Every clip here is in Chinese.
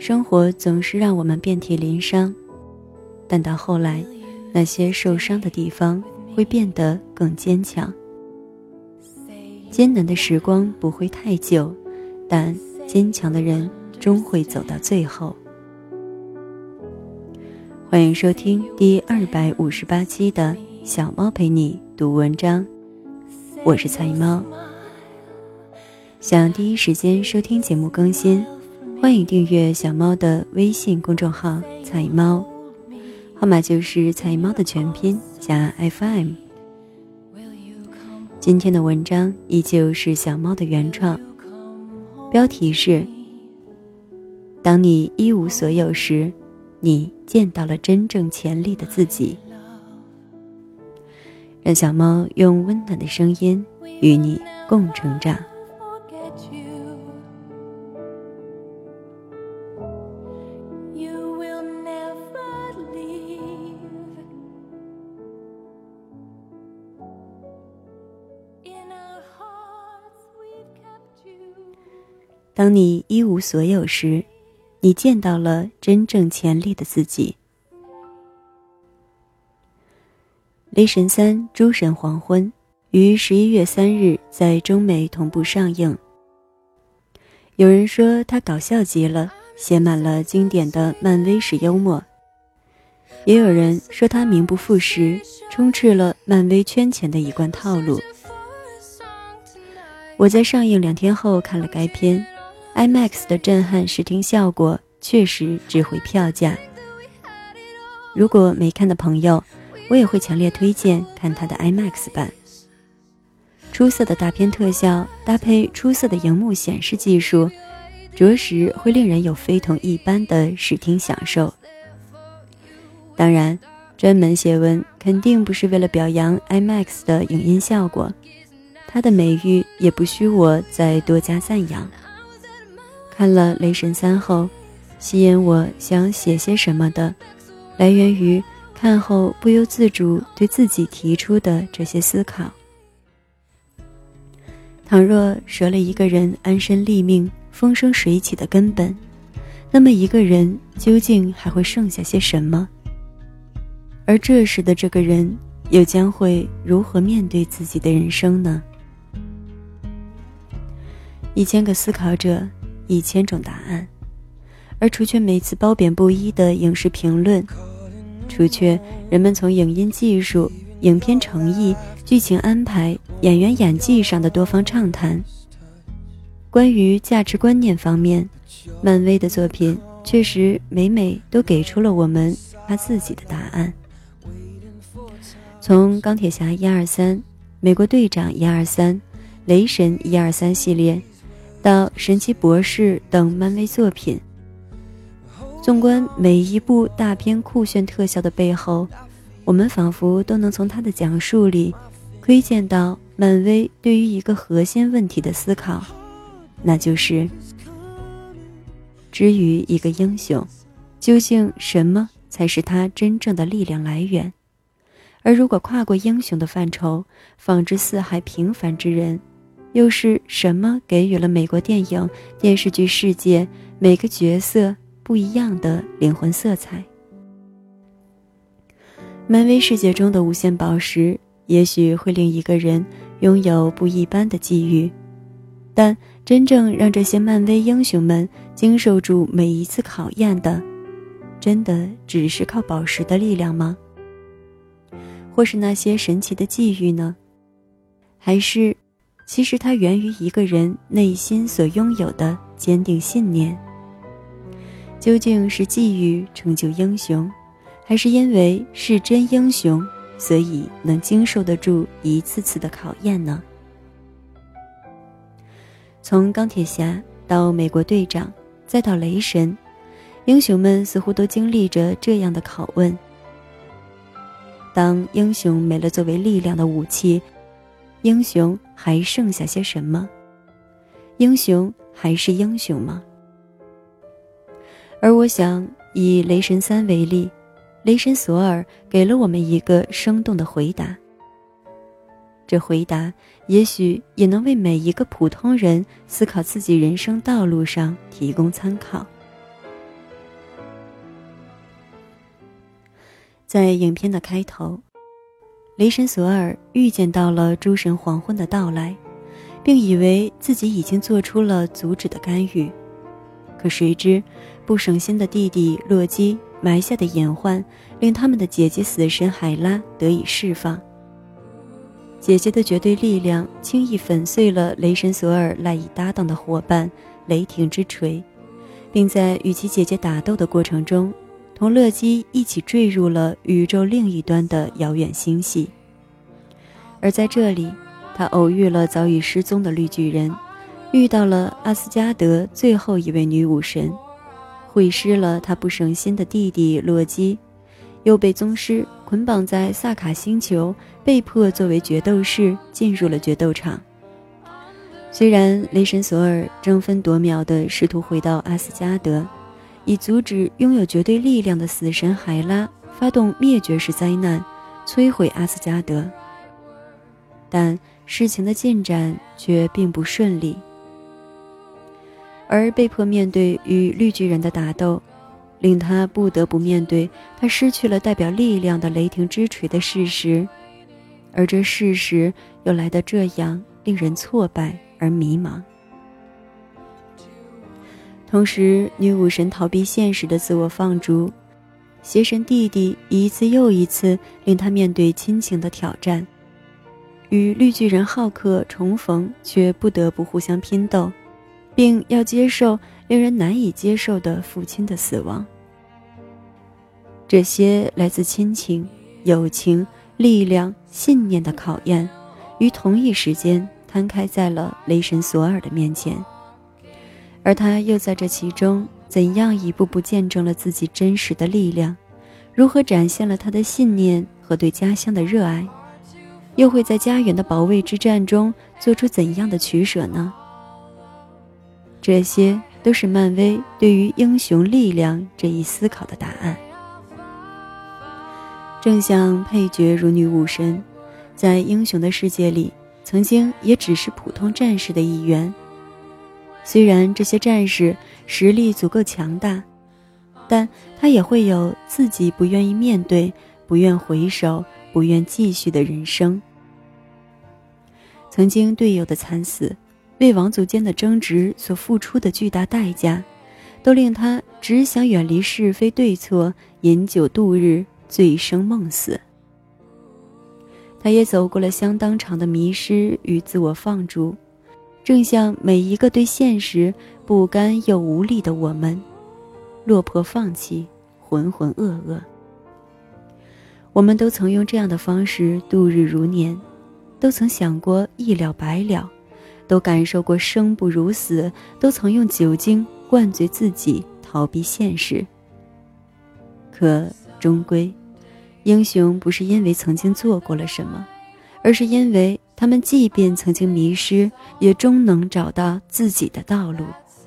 生活总是让我们遍体鳞伤，但到后来，那些受伤的地方会变得更坚强。艰难的时光不会太久，但坚强的人终会走到最后。欢迎收听第258期的小猫陪你读文章，我是菜猫。想第一时间收听节目更新，欢迎订阅小猫的微信公众号菜猫，号码就是菜猫的全拼加 FM。 今天的文章依旧是小猫的原创，标题是当你一无所有时，你见到了真正潜力的自己。让小猫用温暖的声音与你共成长。当你一无所有时，你见到了真正潜力的自己。雷神3诸神黄昏于11月3日在中美同步上映。有人说它搞笑极了，写满了经典的漫威式幽默，也有人说它名不副实，充斥了漫威圈钱的一贯套路。我在上映2天后看了该片， IMAX 的震撼视听效果确实值回票价。如果没看的朋友，我也会强烈推荐看它的 IMAX 版。出色的大片特效搭配出色的荧幕显示技术，着实会令人有非同一般的视听享受。当然，专门写文肯定不是为了表扬 IMAX 的影音效果，它的美誉也不需我再多加赞扬。看了雷神3后，吸引我想写些什么的，来源于看后不由自主对自己提出的这些思考。倘若折了一个人安身立命、风生水起的根本，那么一个人究竟还会剩下些什么？而这时的这个人又将会如何面对自己的人生呢？1000个思考者，1000种答案，而除却每次褒贬不一的影视评论，除却人们从影音技术、影片诚意、剧情安排、演员演技上的多方畅谈，关于价值观念方面，漫威的作品确实每每都给出了我们他自己的答案。从钢铁侠123、美国队长123、雷神123系列到神奇博士等漫威作品，纵观每一部大片酷炫特效的背后，我们仿佛都能从他的讲述里窥见到漫威对于一个核心问题的思考，那就是至于一个英雄，究竟什么才是他真正的力量来源？而如果跨过英雄的范畴，放之四海平凡之人，又是什么给予了美国电影、电视剧世界每个角色不一样的灵魂色彩？漫威世界中的无限宝石也许会令一个人拥有不一般的机遇，但真正让这些漫威英雄们经受住每一次考验的，真的只是靠宝石的力量吗？或是那些神奇的际遇呢？还是其实它源于一个人内心所拥有的坚定信念？究竟是际遇成就英雄，还是因为是真英雄，所以能经受得住一次次的考验呢？从钢铁侠到美国队长，再到雷神，英雄们似乎都经历着这样的拷问。当英雄没了作为力量的武器，英雄还剩下些什么？英雄还是英雄吗？而我想以雷神3为例，雷神索尔给了我们一个生动的回答。这回答也许也能为每一个普通人思考自己人生道路上提供参考。 在影片的开头，雷神索尔预见到了诸神黄昏的到来，并以为自己已经做出了阻止的干预。可谁知不省心的弟弟洛基埋下的隐患，令他们的姐姐死神海拉得以释放。姐姐的绝对力量轻易粉碎了雷神索尔赖以搭档的伙伴雷霆之锤，并在与其姐姐打斗的过程中，同洛基一起坠入了宇宙另一端的遥远星系。而在这里，他偶遇了早已失踪的绿巨人，遇到了阿斯加德最后一位女武神，会师了他不省心的弟弟洛基，又被宗师捆绑在萨卡星球，被迫作为决斗士进入了决斗场。虽然雷神索尔争分夺秒地试图回到阿斯加德，以阻止拥有绝对力量的死神海拉发动灭绝式灾难，摧毁阿斯加德，但事情的进展却并不顺利。而被迫面对与绿巨人的打斗，令他不得不面对他失去了代表力量的雷霆之锤的事实，而这事实又来得这样令人挫败而迷茫。同时，女武神逃避现实的自我放逐，邪神弟弟一次又一次令他面对亲情的挑战，与绿巨人浩克重逢，却不得不互相拼斗，并要接受令人难以接受的父亲的死亡。这些来自亲情、友情、力量、信念的考验，于同一时间摊开在了雷神索尔的面前，而他又在这其中怎样一步步见证了自己真实的力量，如何展现了他的信念和对家乡的热爱，又会在家园的保卫之战中做出怎样的取舍呢？这些都是漫威对于英雄力量这一思考的答案。正像配角如女武神，在英雄的世界里曾经也只是普通战士的一员，虽然这些战士实力足够强大，但他也会有自己不愿意面对、不愿回首、不愿继续的人生。曾经队友的惨死，为王族间的争执所付出的巨大代价，都令他只想远离是非对错，饮酒度日，醉生梦死。他也走过了相当长的迷失与自我放逐，正像每一个对现实不甘又无力的我们，落魄放弃，浑浑噩噩。我们都曾用这样的方式度日如年，都曾想过一了百了，都感受过生不如死，都曾用酒精灌醉自己，逃避现实。可终归，英雄不是因为曾经做过了什么，而是因为他们即便曾经迷失，也终能找到自己的道路。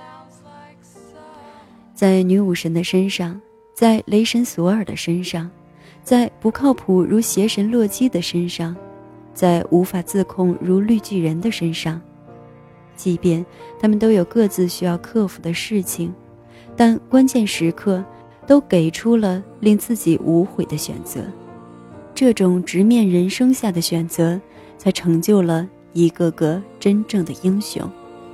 在女武神的身上，在雷神索尔的身上，在不靠谱如邪神洛基的身上，在无法自控如绿巨人的身上，即便他们都有各自需要克服的事情，但关键时刻都给出了令自己无悔的选择。这种直面人生下的选择，才成就了一个个真正的英雄。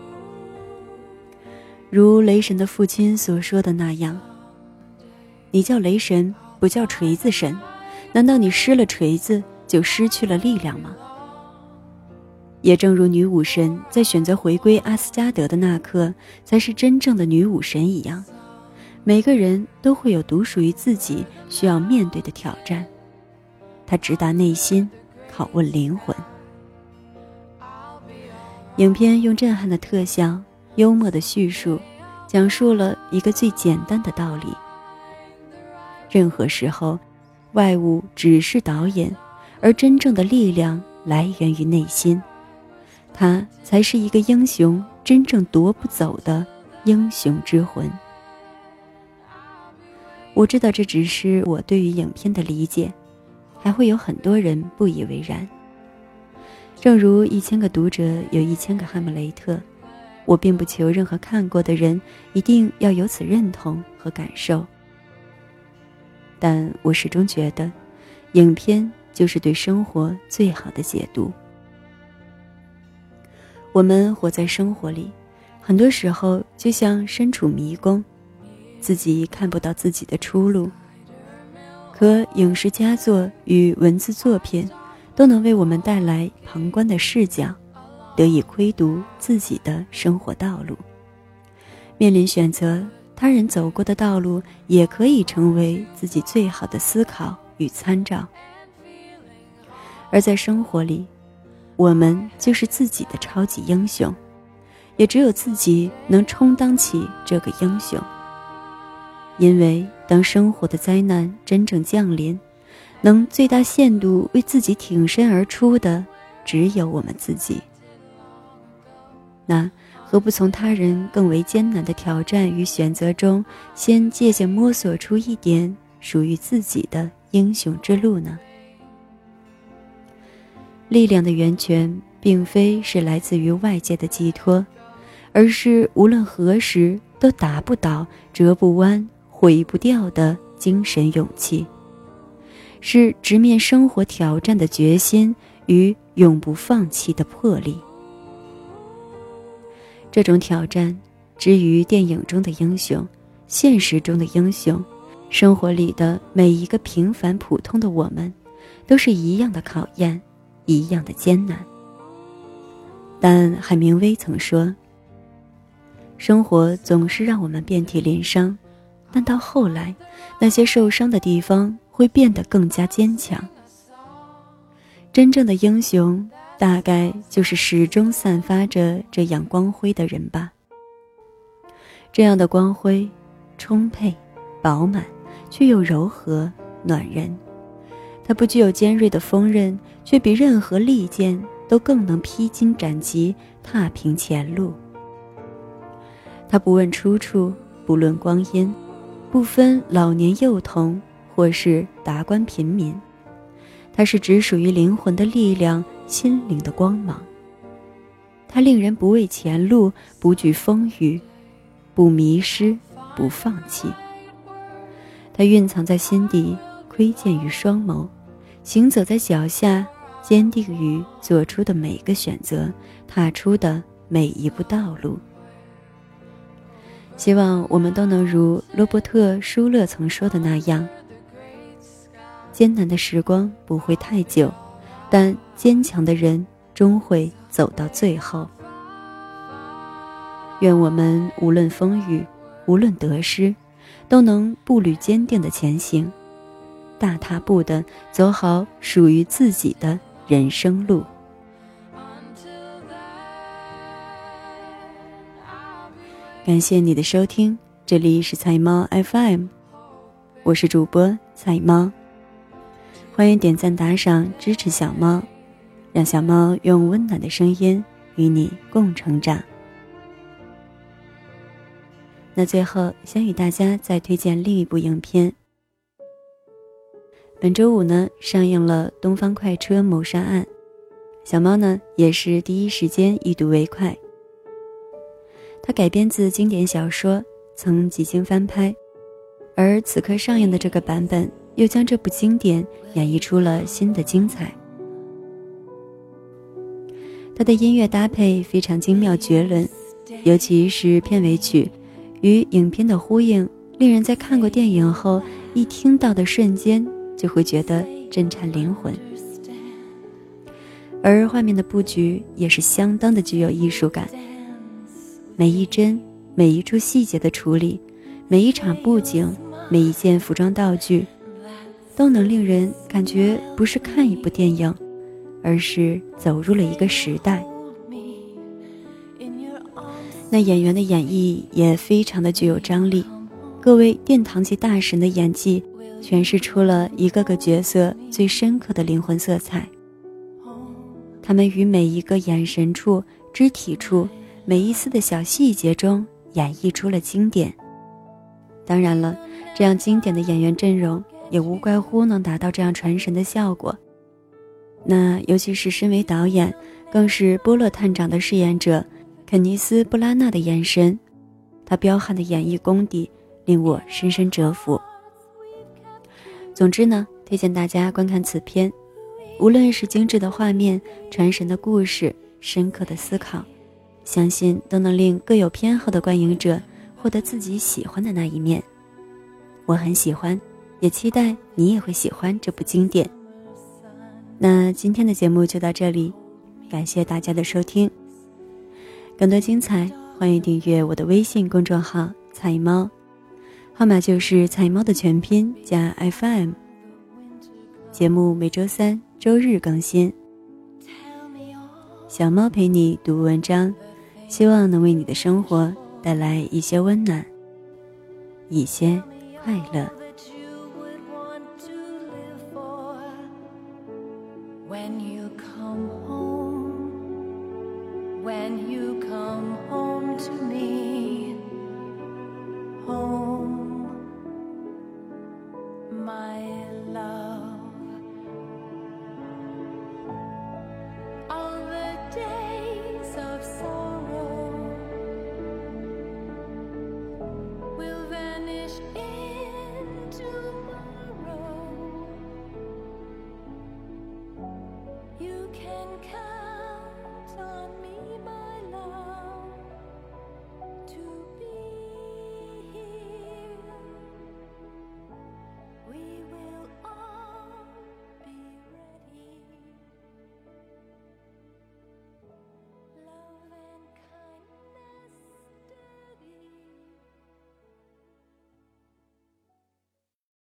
如雷神的父亲所说的那样，你叫雷神，不叫锤子神，难道你失了锤子就失去了力量吗？也正如女武神在选择回归阿斯加德的那刻才是真正的女武神一样，每个人都会有独属于自己需要面对的挑战，它直达内心，拷问灵魂。影片用震撼的特效、幽默的叙述，讲述了一个最简单的道理：任何时候，外物只是导演，而真正的力量来源于内心，它才是一个英雄真正夺不走的英雄之魂。我知道这只是我对于影片的理解，还会有很多人不以为然。正如1000个读者有1000个哈姆雷特，我并不求任何看过的人一定要有此认同和感受。 但我始终觉得，影片就是对生活最好的解读。我们活在生活里，很多时候就像身处迷宫，自己看不到自己的出路。可影视佳作与文字作品都能为我们带来旁观的视角，得以窥读自己的生活道路。面临选择，他人走过的道路也可以成为自己最好的思考与参照。而在生活里，我们就是自己的超级英雄，也只有自己能充当起这个英雄。因为当生活的灾难真正降临，能最大限度为自己挺身而出的只有我们自己。那何不从他人更为艰难的挑战与选择中，先渐渐摸索出一点属于自己的英雄之路呢？力量的源泉并非是来自于外界的寄托，而是无论何时都打不倒、折不弯、毁不掉的精神勇气，是直面生活挑战的决心与永不放弃的魄力。这种挑战之于电影中的英雄，现实中的英雄，生活里的每一个平凡普通的我们，都是一样的考验，一样的艰难。但海明威曾说，生活总是让我们遍体鳞伤，但到后来，那些受伤的地方会变得更加坚强。真正的英雄大概就是始终散发着这样光辉的人吧。这样的光辉充沛、饱满，却又柔和、暖人。它不具有尖锐的锋刃，却比任何利剑都更能披荆斩棘，踏平前路。它不问出处，不论光阴，不分老年幼童，或是达官贫民。它是只属于灵魂的力量，心灵的光芒。它令人不畏前路，不惧风雨，不迷失，不放弃。它蕴藏在心底，窥见于双眸，行走在脚下，坚定于做出的每个选择，踏出的每一步道路。希望我们都能如罗伯特·舒勒曾说的那样，艰难的时光不会太久，但坚强的人终会走到最后。愿我们无论风雨，无论得失，都能步履坚定地前行，大踏步地走好属于自己的人生路。感谢你的收听，这里是菜猫 FM， 我是主播菜猫。欢迎点赞打赏支持小猫，让小猫用温暖的声音与你共成长。那最后想与大家再推荐另一部影片。本周五呢，上映了《东方快车谋杀案》，小猫呢也是第一时间一睹为快。它改编自经典小说，曾几经翻拍，而此刻上映的这个版本又将这部经典演绎出了新的精彩。它的音乐搭配非常精妙绝伦，尤其是片尾曲与影片的呼应，令人在看过电影后一听到的瞬间就会觉得震颤灵魂。而画面的布局也是相当的具有艺术感，每一帧每一处细节的处理，每一场布景，每一件服装道具，都能令人感觉不是看一部电影，而是走入了一个时代。那演员的演绎也非常的具有张力，各位殿堂级大神的演技诠释出了一个个角色最深刻的灵魂色彩。他们于每一个眼神处、肢体处、每一丝的小细节中演绎出了经典。当然了，这样经典的演员阵容也无怪乎能达到这样传神的效果。那尤其是身为导演，更是波勒探长的饰演者肯尼斯·布拉纳的眼神，他彪悍的演绎功底令我深深折服。 总之呢，推荐大家观看此片，无论是精致的画面、传神的故事、深刻的思考，相信都能令各有偏好的观影者获得自己喜欢的那一面。我很喜欢，也期待你也会喜欢这部经典。那今天的节目就到这里，感谢大家的收听。更多精彩，欢迎订阅我的微信公众号菜猫，号码就是菜猫的全拼加 FM。 节目每周三、周日更新。小猫陪你读文章，希望能为你的生活带来一些温暖，一些快乐。